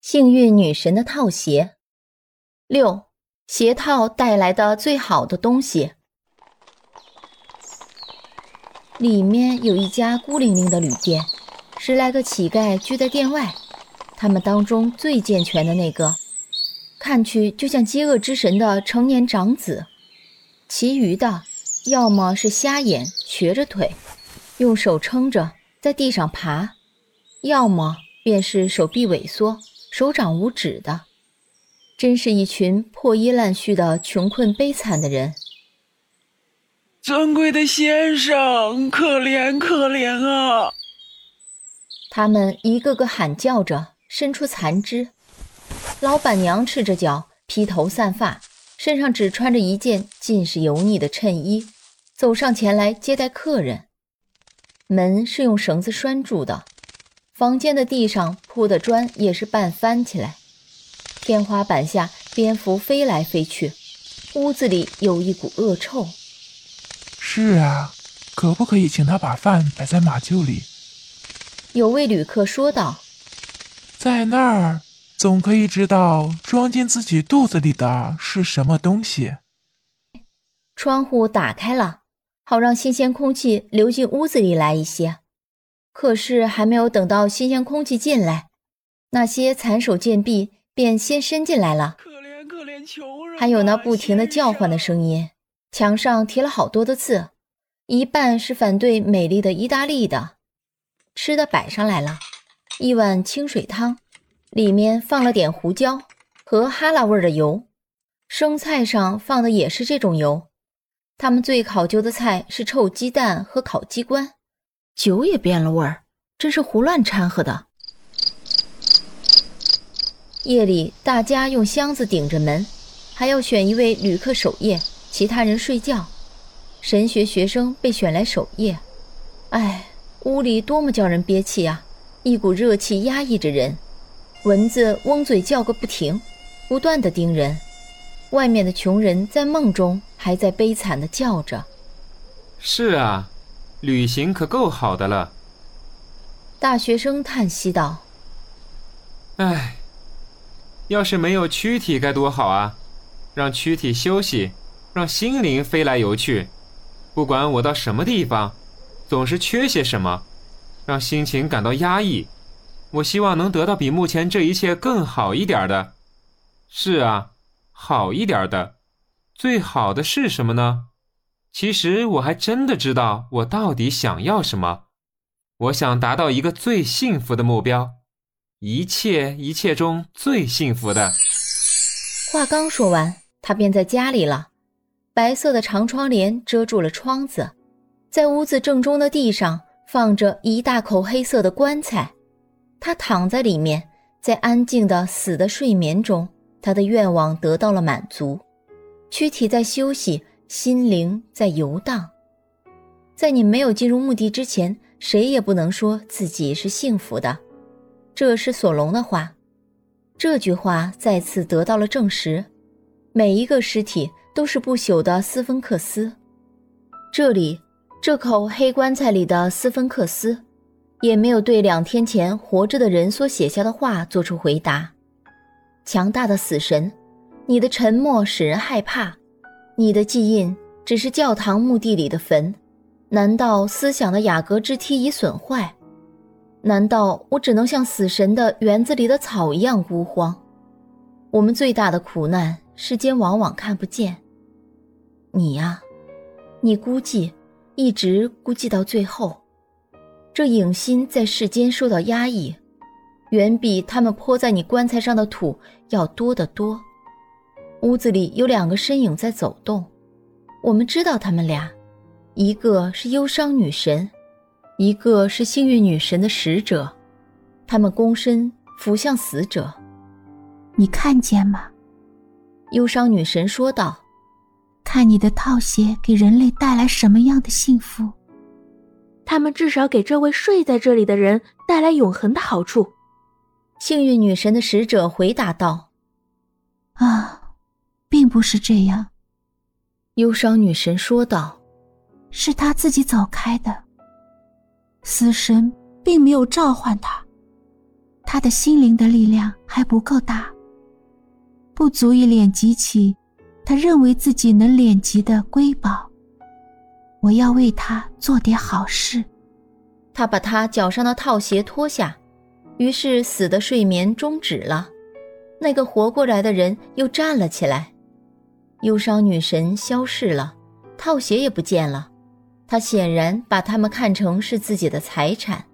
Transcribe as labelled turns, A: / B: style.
A: 幸运女神的套鞋。6. 鞋套带来的最好的东西。里面有一家孤零零的旅店，10来个乞丐居在店外，他们当中最健全的那个，看去就像饥饿之神的成年长子，其余的要么是瞎眼瘸着腿，用手撑着在地上爬，要么便是手臂萎缩，手掌无指的，真是一群破衣烂絮的穷困悲惨的人。
B: 尊贵的先生，可怜可怜啊！
A: 他们一个个喊叫着，伸出残肢。老板娘赤着脚，披头散发，身上只穿着一件尽是油腻的衬衣，走上前来接待客人。门是用绳子拴住的，房间的地上铺的砖也是半翻起来，天花板下蝙蝠飞来飞去，屋子里有一股恶臭。
C: 是啊，可不可以请他把饭摆在马厩里？
A: 有位旅客说道，
C: 在那儿总可以知道装进自己肚子里的是什么东西。
A: 窗户打开了，好让新鲜空气流进屋子里来一些。可是还没有等到新鲜空气进来，那些残手贱臂便先伸进来了。
B: 可怜可怜穷人啊，
A: 还有那不停的叫唤的声音，墙上贴了好多的字，一半是反对美丽的意大利的。吃的摆上来了，一碗清水汤，里面放了点胡椒和哈喇味的油，生菜上放的也是这种油。他们最考究的菜是臭鸡蛋和烤鸡冠，酒也变了味儿，真是胡乱掺和的。夜里大家用箱子顶着门，还要选一位旅客守夜，其他人睡觉。神学学生被选来守夜。哎，屋里多么叫人憋气啊，一股热气压抑着人，蚊子嗡嘴叫个不停，不断地叮人。外面的穷人在梦中还在悲惨地叫着。
D: 是啊，旅行可够好的了。
A: 大学生叹息道，
D: 唉，要是没有躯体该多好啊，让躯体休息，让心灵飞来游去，不管我到什么地方，总是缺些什么，让心情感到压抑。我希望能得到比目前这一切更好一点的。是啊，好一点的。最好的是什么呢？其实我还真的知道我到底想要什么。我想达到一个最幸福的目标，一切中最幸福的。
A: 话刚说完，他便在家里了。白色的长窗帘遮住了窗子，在屋子正中的地上放着一大口黑色的棺材。他躺在里面，在安静的死的睡眠中，他的愿望得到了满足，躯体在休息，心灵在游荡。在你没有进入墓地之前，谁也不能说自己是幸福的，这是索隆的话。这句话再次得到了证实，每一个尸体都是不朽的斯芬克斯。这里，这口黑棺材里的斯芬克斯也没有对2天前活着的人所写下的话做出回答。强大的死神，你的沉默使人害怕，你的记印只是教堂墓地里的坟。难道思想的雅阁之梯已损坏？难道我只能像死神的园子里的草一样孤荒？我们最大的苦难，世间往往看不见。你呀，你孤寂，一直孤寂到最后。这影心在世间受到压抑，远比他们泼在你棺材上的土要多得多。屋子里有2个身影在走动，我们知道他们俩，一个是忧伤女神，一个是幸运女神的使者，他们躬身俯向死者。
E: 你看见吗？
A: 忧伤女神说道，
E: 看你的套鞋给人类带来什么样的幸福。
F: 他们至少给这位睡在这里的人带来永恒的好处。
A: 幸运女神的使者回答道，
E: 并不是这样。
A: 忧伤女神说道，
E: 是他自己走开的，死神并没有召唤他。 他的心灵的力量还不够大，不足以敛集起他认为自己能敛集的瑰宝。我要为他做点好事。
A: 他把他脚上的套鞋脱下，于是死的睡眠终止了。那个活过来的人又站了起来。忧伤女神消逝了，套鞋也不见了。他显然把它们看成是自己的财产。